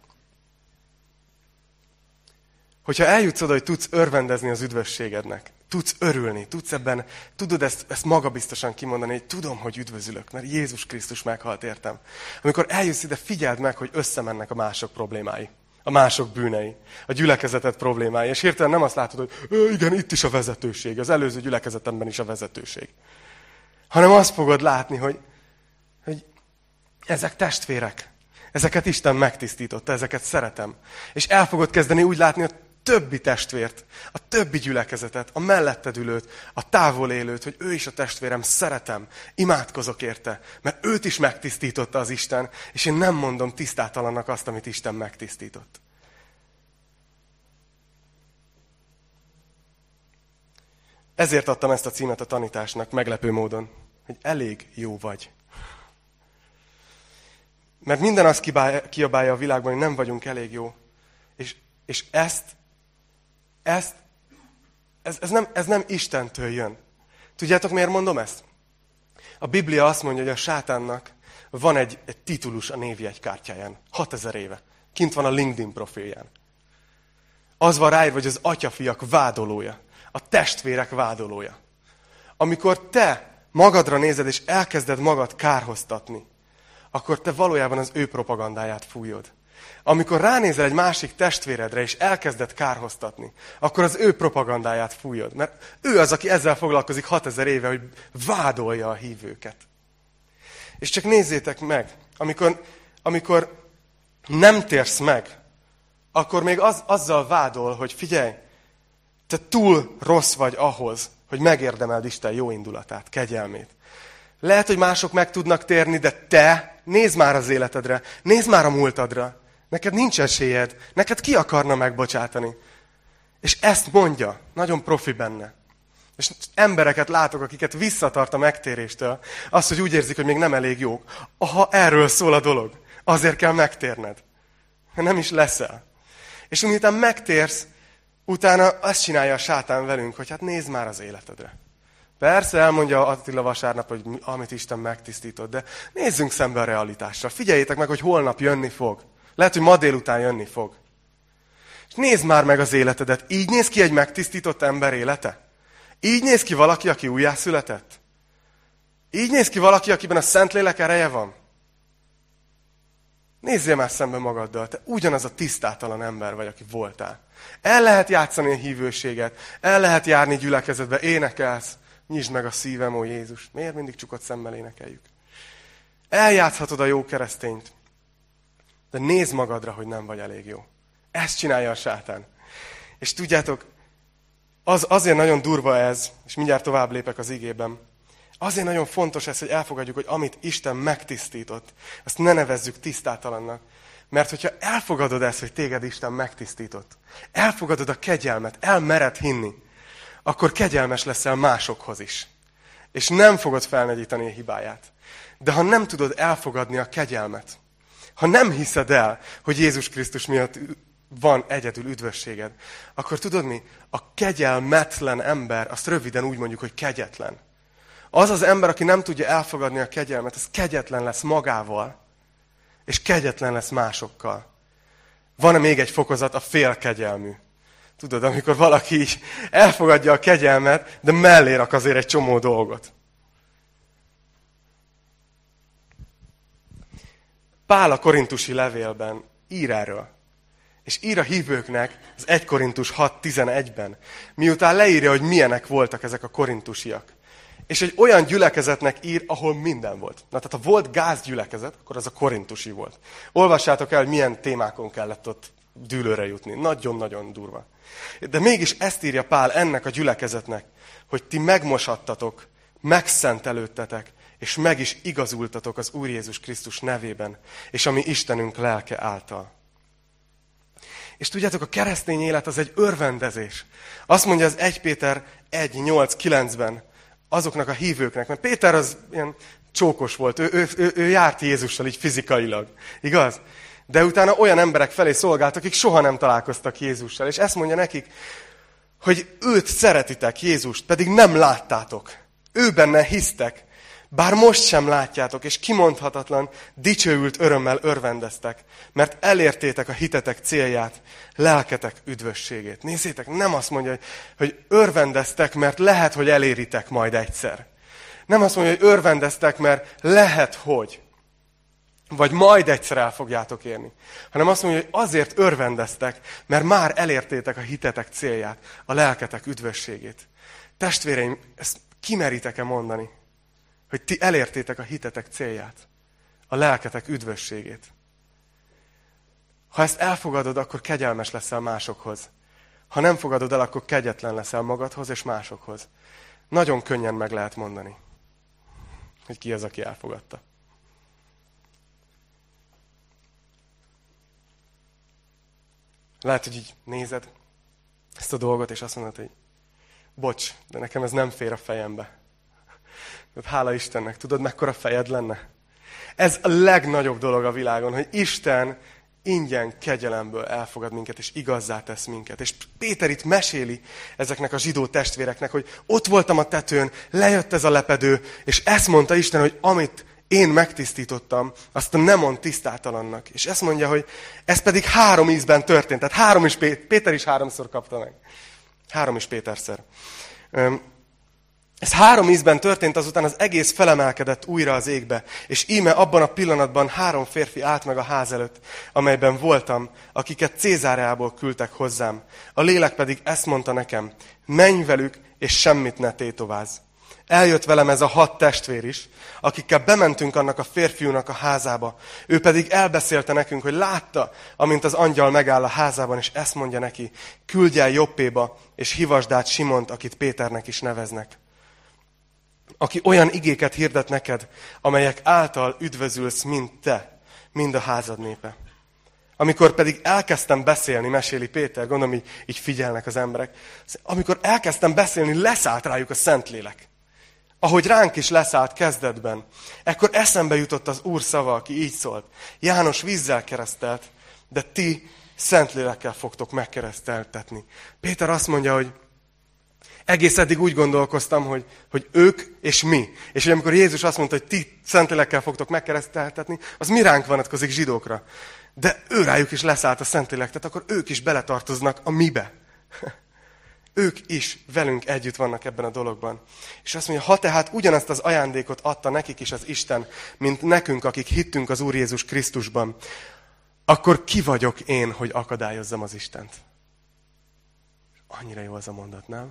hogyha eljutsz oda, hogy tudsz örvendezni az üdvösségednek, tudsz örülni, tudsz ebben, tudod ezt, ezt magabiztosan kimondani, hogy tudom, hogy üdvözülök, mert Jézus Krisztus meghalt értem. Amikor eljutsz ide, figyeld meg, hogy összemennek a mások problémái, a mások bűnei, a gyülekezetet problémái, és hirtelen nem azt látod, hogy igen, itt is a vezetőség, az előző gyülekezetemben is a vezetőség. Hanem azt fogod látni, hogy, hogy ezek testvérek. Ezeket Isten megtisztította, ezeket szeretem. És el fogod kezdeni úgy látni a többi testvért, a többi gyülekezetet, a melletted ülőt, a távol élőt, hogy ő is a testvérem, szeretem, imádkozok érte, mert őt is megtisztította az Isten, és én nem mondom tisztátalannak azt, amit Isten megtisztított. Ezért adtam ezt a címet a tanításnak, meglepő módon, hogy elég jó vagy. Mert minden azt kiabálja a világban, hogy nem vagyunk elég jó. És, és ezt, ezt ez, ez, nem, ez nem Istentől jön. Tudjátok, miért mondom ezt? A Biblia azt mondja, hogy a sátánnak van egy, egy titulus a névjegykártyáján. hatezer éve. Kint van a LinkedIn profilján. Az van ráírva, hogy az atyafiak vádolója. A testvérek vádolója. Amikor te magadra nézed, és elkezded magad kárhoztatni, akkor te valójában az ő propagandáját fújod. Amikor ránézel egy másik testvéredre, és elkezded kárhoztatni, akkor az ő propagandáját fújod. Mert ő az, aki ezzel foglalkozik hatezer éve, hogy vádolja a hívőket. És csak nézzétek meg, amikor, amikor nem térsz meg, akkor még az, azzal vádol, hogy figyelj, te túl rossz vagy ahhoz, hogy megérdemeld Isten jó indulatát, kegyelmét. Lehet, hogy mások meg tudnak térni, de te nézd már az életedre, nézd már a múltadra. Neked nincs esélyed, neked ki akarna megbocsátani. És ezt mondja, nagyon profi benne. És embereket látok, akiket visszatart a megtéréstől, az, hogy úgy érzik, hogy még nem elég jók. Aha, erről szól a dolog. Azért kell megtérned. Nem is leszel. És miután megtérsz, utána azt csinálja a sátán velünk, hogy hát nézd már az életedre. Persze elmondja Attila vasárnap, hogy amit Isten megtisztított, de nézzünk szembe a realitással. Figyeljétek meg, hogy holnap jönni fog. Lehet, hogy ma délután jönni fog. És nézd már meg az életedet. Így néz ki egy megtisztított ember élete? Így néz ki valaki, aki újjászületett? Így néz ki valaki, akiben a Szentlélek ereje van? Nézzél már szembe magaddal, te ugyanaz a tisztátalan ember vagy, aki voltál. El lehet játszani a hívőséget, el lehet járni gyülekezetbe, énekelsz, nyisd meg a szívem, ó Jézus. Miért mindig csukott szemmel énekeljük? Eljátszhatod a jó keresztényt, de nézd magadra, hogy nem vagy elég jó. Ezt csinálja a sátán. És tudjátok, az, azért nagyon durva ez, és mindjárt tovább lépek az igében, azért nagyon fontos ez, hogy elfogadjuk, hogy amit Isten megtisztított, azt ne nevezzük tisztátalannak. Mert hogyha elfogadod ezt, hogy téged Isten megtisztított, elfogadod a kegyelmet, elmered hinni, akkor kegyelmes leszel másokhoz is. És nem fogod felnagyítani a hibáját. De ha nem tudod elfogadni a kegyelmet, ha nem hiszed el, hogy Jézus Krisztus miatt van egyedül üdvösséged, akkor tudod mi? A kegyelmetlen ember, azt röviden úgy mondjuk, hogy kegyetlen. Az az ember, aki nem tudja elfogadni a kegyelmet, az kegyetlen lesz magával, és kegyetlen lesz másokkal. Van-e még egy fokozat, a félkegyelmű? Tudod, amikor valaki így elfogadja a kegyelmet, de mellé rak azért egy csomó dolgot. Pál a korintusi levélben ír erről. És ír a hívőknek az egy Korintus hat tizenegyben, miután leírja, hogy milyenek voltak ezek a korintusiak. És egy olyan gyülekezetnek ír, ahol minden volt. Na, tehát ha volt gázgyülekezet, akkor az a korintusi volt. Olvassátok el, hogy milyen témákon kellett ott dűlőre jutni. Nagyon-nagyon durva. De mégis ezt írja Pál ennek a gyülekezetnek, hogy ti megmosattatok, megszentelődtetek, és meg is igazultatok az Úr Jézus Krisztus nevében, és a mi Istenünk lelke által. És tudjátok, a keresztény élet az egy örvendezés. Azt mondja az egy Péter egy nyolc kilencben azoknak a hívőknek, mert Péter az ilyen csókos volt, ő, ő, ő, ő járt Jézussal így fizikailag, igaz? De utána olyan emberek felé szolgált, akik soha nem találkoztak Jézussal, és ezt mondja nekik, hogy őt szeretitek, Jézust, pedig nem láttátok. Ő benne hisztek, bár most sem látjátok, és kimondhatatlan, dicsőült örömmel örvendeztek, mert elértétek a hitetek célját, lelketek üdvösségét. Nézzétek, nem azt mondja, hogy, hogy örvendeztek, mert lehet, hogy eléritek majd egyszer. Nem azt mondja, hogy örvendeztek, mert lehet, hogy. Vagy majd egyszer el fogjátok érni. Hanem azt mondja, hogy azért örvendeztek, mert már elértétek a hitetek célját, a lelketek üdvösségét. Testvéreim, ezt kimeritek-e mondani? Hogy ti elértétek a hitetek célját, a lelketek üdvösségét. Ha ezt elfogadod, akkor kegyelmes leszel másokhoz. Ha nem fogadod el, akkor kegyetlen leszel magadhoz és másokhoz. Nagyon könnyen meg lehet mondani, hogy ki az, aki elfogadta. Lehet, hogy így nézed ezt a dolgot, és azt mondod, hogy bocs, de nekem ez nem fér a fejembe. Hála Istennek, tudod, mekkora fejed lenne? Ez a legnagyobb dolog a világon, hogy Isten ingyen kegyelemből elfogad minket, és igazzá tesz minket. És Péter itt meséli ezeknek a zsidó testvéreknek, hogy ott voltam a tetőn, lejött ez a lepedő, és ezt mondta Isten, hogy amit én megtisztítottam, azt nem mond tisztátalannak. És ezt mondja, hogy ez pedig három ízben történt. Tehát három is Pé- Péter is háromszor kapta meg. Három is Péterszer. Ez három ízben történt, azután az egész felemelkedett újra az égbe, és íme abban a pillanatban három férfi állt meg a ház előtt, amelyben voltam, akiket Cézáreából küldtek hozzám. A lélek pedig ezt mondta nekem, menj velük, és semmit ne tétovázz. Eljött velem ez a hat testvér is, akikkel bementünk annak a férfiúnak a házába. Ő pedig elbeszélte nekünk, hogy látta, amint az angyal megáll a házában, és ezt mondja neki, küldj el Joppéba, és hívasd át Simont, akit Péternek is neveznek. Aki olyan igéket hirdet neked, amelyek által üdvözülsz, mint te, mind a házad népe. Amikor pedig elkezdtem beszélni, meséli Péter, gondolom, így, így figyelnek az emberek, amikor elkezdtem beszélni, leszállt rájuk a Szentlélek. Ahogy ránk is leszállt kezdetben. Ekkor eszembe jutott az Úr szava, aki így szólt. János vízzel keresztelt, de ti Szentlélekkel fogtok megkereszteltetni. Péter azt mondja, hogy egész eddig úgy gondolkoztam, hogy, hogy ők és mi. És hogy amikor Jézus azt mondta, hogy ti Szentlélekkel fogtok megkereszteltetni, az mi ránk vonatkozik zsidókra. De ő rájuk is leszállt a Szentlélek, tehát akkor ők is beletartoznak a mibe. Ők is velünk együtt vannak ebben a dologban. És azt mondja, ha tehát ugyanazt az ajándékot adta nekik is az Isten, mint nekünk, akik hittünk az Úr Jézus Krisztusban, akkor ki vagyok én, hogy akadályozzam az Istent? Annyira jó az a mondat, nem?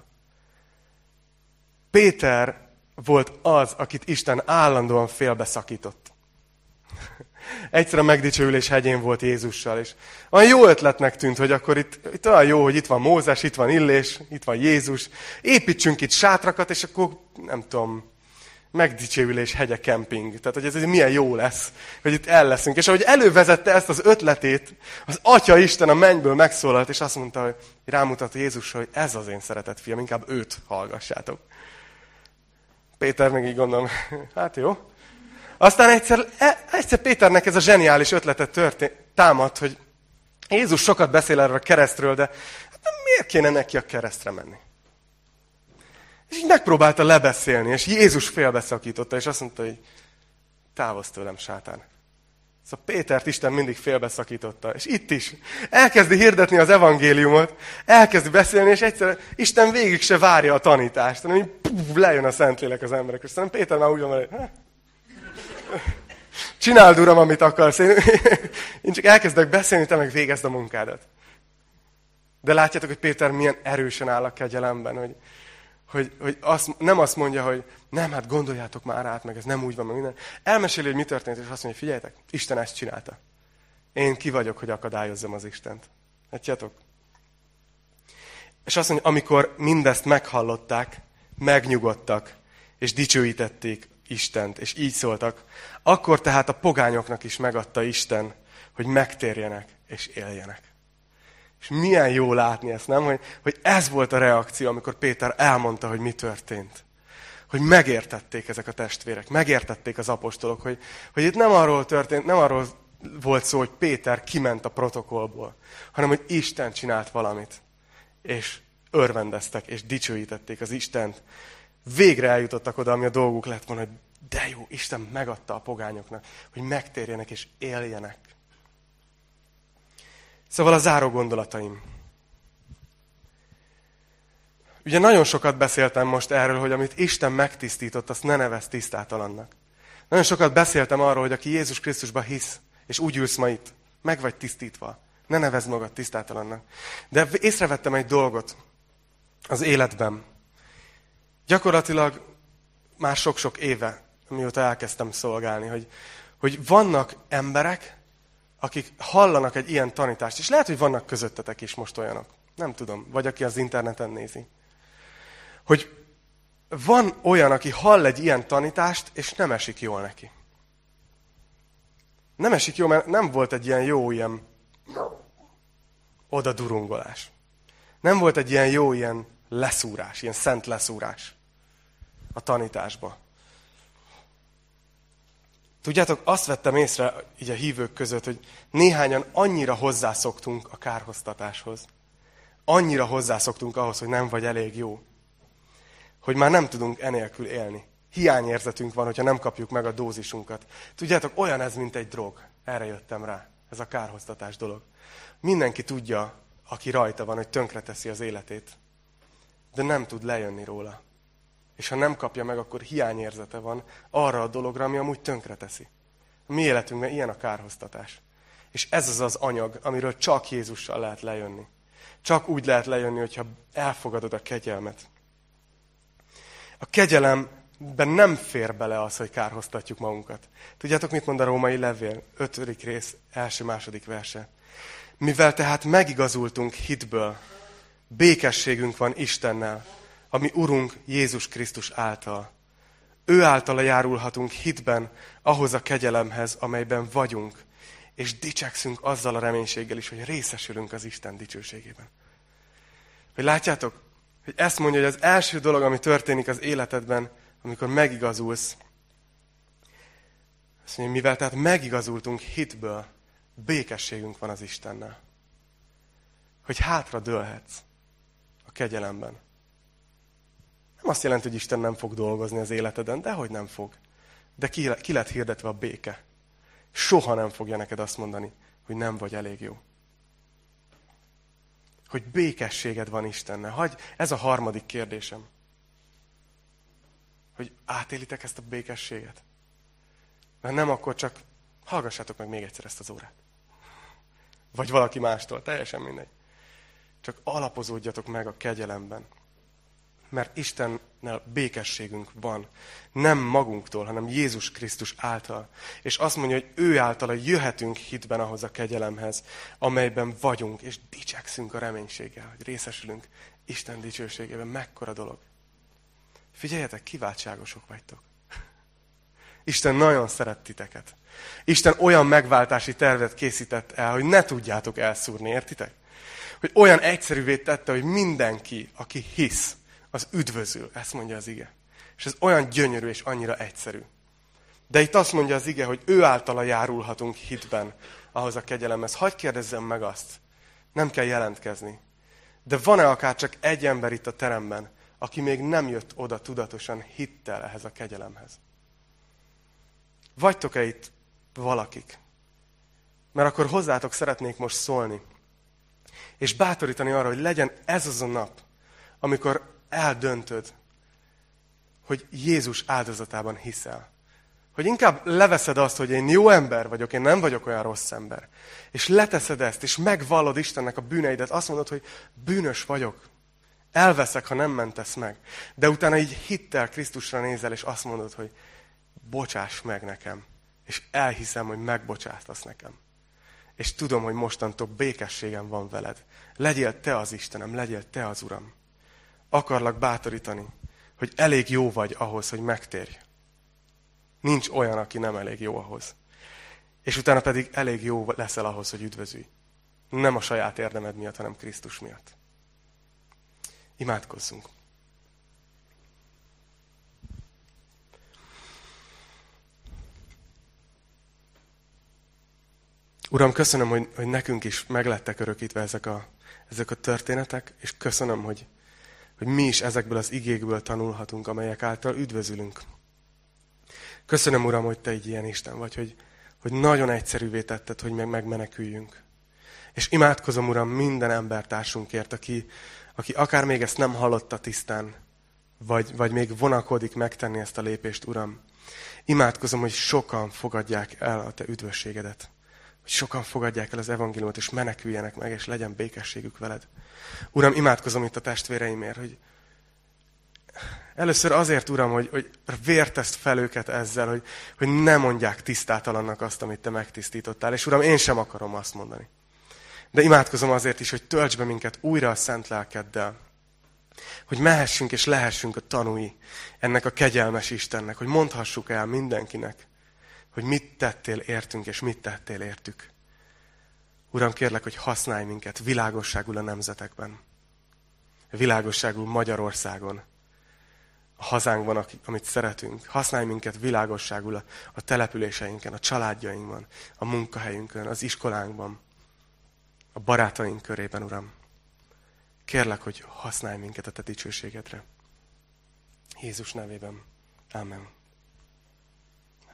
Péter volt az, akit Isten állandóan félbeszakított. Egyszer a megdicsőülés hegyén volt Jézussal, és olyan jó ötletnek tűnt, hogy akkor itt, itt olyan jó, hogy itt van Mózes, itt van Illés, itt van Jézus, építsünk itt sátrakat, és akkor nem tudom, megdicsőülés hegye kemping. Tehát, hogy ez, ez milyen jó lesz, hogy itt el leszünk. És ahogy elővezette ezt az ötletét, az Atya Isten a mennyből megszólalt, és azt mondta, hogy rámutat Jézusra, hogy ez az én szeretett fiam, inkább őt hallgassátok. Péter meg így gondolom, hát jó. Aztán egyszer, egyszer Péternek ez a zseniális ötletet történt, támadt, hogy Jézus sokat beszél erről a keresztről, de hát miért kéne neki a keresztre menni? És így megpróbálta lebeszélni, és Jézus félbeszakította, és azt mondta, hogy távozz tőlem, sátán. Szóval Pétert Isten mindig félbeszakította, és itt is elkezdi hirdetni az evangéliumot, elkezdi beszélni, és egyszer Isten végig se várja a tanítást, hanem így puf, lejön a Szentlélek az emberek. És szerintem Péter már úgy van, hogy csináld, Uram, amit akarsz. Én, én csak elkezdek beszélni, te meg végezd a munkádat. De látjátok, hogy Péter milyen erősen áll a kegyelemben, hogy, hogy, hogy azt, nem azt mondja, hogy nem, hát gondoljátok már át, meg ez nem úgy van, meg minden. Elmeséli, hogy mi történt, és azt mondja, figyeljetek, Isten ezt csinálta. Én ki vagyok, hogy akadályozzam az Istent. Látjátok? És azt mondja, amikor mindezt meghallották, megnyugodtak, és dicsőítették Istent, és így szóltak, akkor tehát a pogányoknak is megadta Isten, hogy megtérjenek és éljenek. És milyen jó látni ezt, nem? Hogy, hogy ez volt a reakció, amikor Péter elmondta, hogy mi történt. Hogy megértették ezek a testvérek, megértették az apostolok, hogy, hogy itt nem arról történt, nem arról volt szó, hogy Péter kiment a protokollból, hanem hogy Isten csinált valamit. És örvendeztek, és dicsőítették az Istent. Végre eljutottak oda, ami a dolguk lett volna, hogy de jó, Isten megadta a pogányoknak, hogy megtérjenek és éljenek. Szóval a záró gondolataim. Ugye nagyon sokat beszéltem most erről, hogy amit Isten megtisztított, azt ne nevezz tisztátalannak. Nagyon sokat beszéltem arról, hogy aki Jézus Krisztusba hisz, és úgy ülsz ma itt, meg vagy tisztítva, ne nevezd magad tisztátalannak. De észrevettem egy dolgot az életben. Gyakorlatilag már sok-sok éve, mióta elkezdtem szolgálni, hogy, hogy vannak emberek, akik hallanak egy ilyen tanítást, és lehet, hogy vannak közöttetek is most olyanok. Nem tudom, vagy aki az interneten nézi. Hogy van olyan, aki hall egy ilyen tanítást, és nem esik jól neki. Nem esik jól, mert nem volt egy ilyen jó ilyen oda durungolás. Nem volt egy ilyen jó ilyen leszúrás, ilyen szent leszúrás a tanításba. Tudjátok, azt vettem észre így a hívők között, hogy néhányan annyira hozzászoktunk a kárhoztatáshoz, annyira hozzászoktunk ahhoz, hogy nem vagy elég jó, hogy már nem tudunk enélkül élni. Hiányérzetünk van, hogyha nem kapjuk meg a dózisunkat. Tudjátok, olyan ez, mint egy drog. Erre jöttem rá, ez a kárhoztatás dolog. Mindenki tudja, aki rajta van, hogy tönkreteszi az életét, de nem tud lejönni róla. És ha nem kapja meg, akkor hiányérzete van arra a dologra, ami amúgy tönkreteszi. A mi életünkben ilyen a kárhoztatás. És ez az az anyag, amiről csak Jézussal lehet lejönni. Csak úgy lehet lejönni, hogyha elfogadod a kegyelmet. A kegyelemben nem fér bele az, hogy kárhoztatjuk magunkat. Tudjátok, mit mond a római levél? Ötödik rész, első-második verse. Mivel tehát megigazultunk hitből, békességünk van Istennel, ami Urunk Jézus Krisztus által. Ő általa járulhatunk hitben ahhoz a kegyelemhez, amelyben vagyunk, és dicsekszünk azzal a reménységgel is, hogy részesülünk az Isten dicsőségében. Hogy látjátok, hogy ezt mondja, hogy az első dolog, ami történik az életedben, amikor megigazulsz, azt mondja, mivel tehát megigazultunk hitből, békességünk van az Istennel. Hogy hátra dőlhetsz a kegyelemben. Nem azt jelenti, hogy Isten nem fog dolgozni az életeden, de hogy nem fog. De ki, ki lett hirdetve a béke. Soha nem fogja neked azt mondani, hogy nem vagy elég jó. Hogy békességed van Istennel. Hagy, ez a harmadik kérdésem. Hogy átélitek ezt a békességet? Mert nem, akkor csak hallgassátok meg még egyszer ezt az órát. Vagy valaki mástól, teljesen mindegy. Csak alapozódjatok meg a kegyelemben. Mert Istennel békességünk van. Nem magunktól, hanem Jézus Krisztus által. És azt mondja, hogy ő általa jöhetünk hitben ahhoz a kegyelemhez, amelyben vagyunk, és dicsekszünk a reménységgel, hogy részesülünk Isten dicsőségében. Mekkora dolog. Figyeljetek, kiváltságosok vagytok. Isten nagyon szeret titeket. Isten olyan megváltási tervet készített el, hogy ne tudjátok elszúrni, értitek? Hogy olyan egyszerűvé tette, hogy mindenki, aki hisz, az üdvözül. Ezt mondja az ige. És ez olyan gyönyörű és annyira egyszerű. De itt azt mondja az ige, hogy ő általa járulhatunk hitben ahhoz a kegyelemhez. Hadd kérdezzem meg azt. Nem kell jelentkezni. De van-e akár csak egy ember itt a teremben, aki még nem jött oda tudatosan hittel ehhez a kegyelemhez? Vagytok-e itt valakik? Mert akkor hozzátok szeretnék most szólni. És bátorítani arra, hogy legyen ez az a nap, amikor eldöntöd, hogy Jézus áldozatában hiszel. Hogy inkább leveszed azt, hogy én jó ember vagyok, én nem vagyok olyan rossz ember. És leteszed ezt, és megvallod Istennek a bűneidet. Azt mondod, hogy bűnös vagyok. Elveszek, ha nem mentesz meg. De utána így hittel Krisztusra nézel, és azt mondod, hogy bocsáss meg nekem. És elhiszem, hogy megbocsátasz nekem. És tudom, hogy mostantól békességem van veled. Legyél te az Istenem, legyél te az Uram. Akarlak bátorítani, hogy elég jó vagy ahhoz, hogy megtérj. Nincs olyan, aki nem elég jó ahhoz. És utána pedig elég jó leszel ahhoz, hogy üdvözülj. Nem a saját érdemed miatt, hanem Krisztus miatt. Imádkozzunk. Uram, köszönöm, hogy, hogy nekünk is meglettek örökítve ezek a, ezek a történetek, és köszönöm, hogy, hogy mi is ezekből az igékből tanulhatunk, amelyek által üdvözülünk. Köszönöm, Uram, hogy Te így ilyen Isten vagy, hogy, hogy nagyon egyszerűvé tetted, hogy meg megmeneküljünk. És imádkozom, Uram, minden embertársunkért, aki, aki akár még ezt nem hallotta tisztán, vagy, vagy még vonakodik megtenni ezt a lépést, Uram. Imádkozom, hogy sokan fogadják el a Te üdvösségedet. Hogy sokan fogadják el az evangéliumot, és meneküljenek meg, és legyen békességük veled. Uram, imádkozom itt a testvéreimért, hogy először azért, Uram, hogy, hogy vértezd fel őket ezzel, hogy, hogy ne mondják tisztátalannak azt, amit Te megtisztítottál. És Uram, én sem akarom azt mondani. De imádkozom azért is, hogy tölts be minket újra a szent lelkeddel. Hogy mehessünk és lehessünk a tanúi ennek a kegyelmes Istennek. Hogy mondhassuk el mindenkinek, hogy mit tettél értünk, és mit tettél értük. Uram, kérlek, hogy használj minket világosságul a nemzetekben. Világosságul Magyarországon. A hazánkban, amit szeretünk. Használj minket világosságul a, a településeinken, a családjainkban, a munkahelyünkön, az iskolánkban, a barátaink körében, Uram. Kérlek, hogy használj minket a Te dicsőségedre. Jézus nevében. Amen.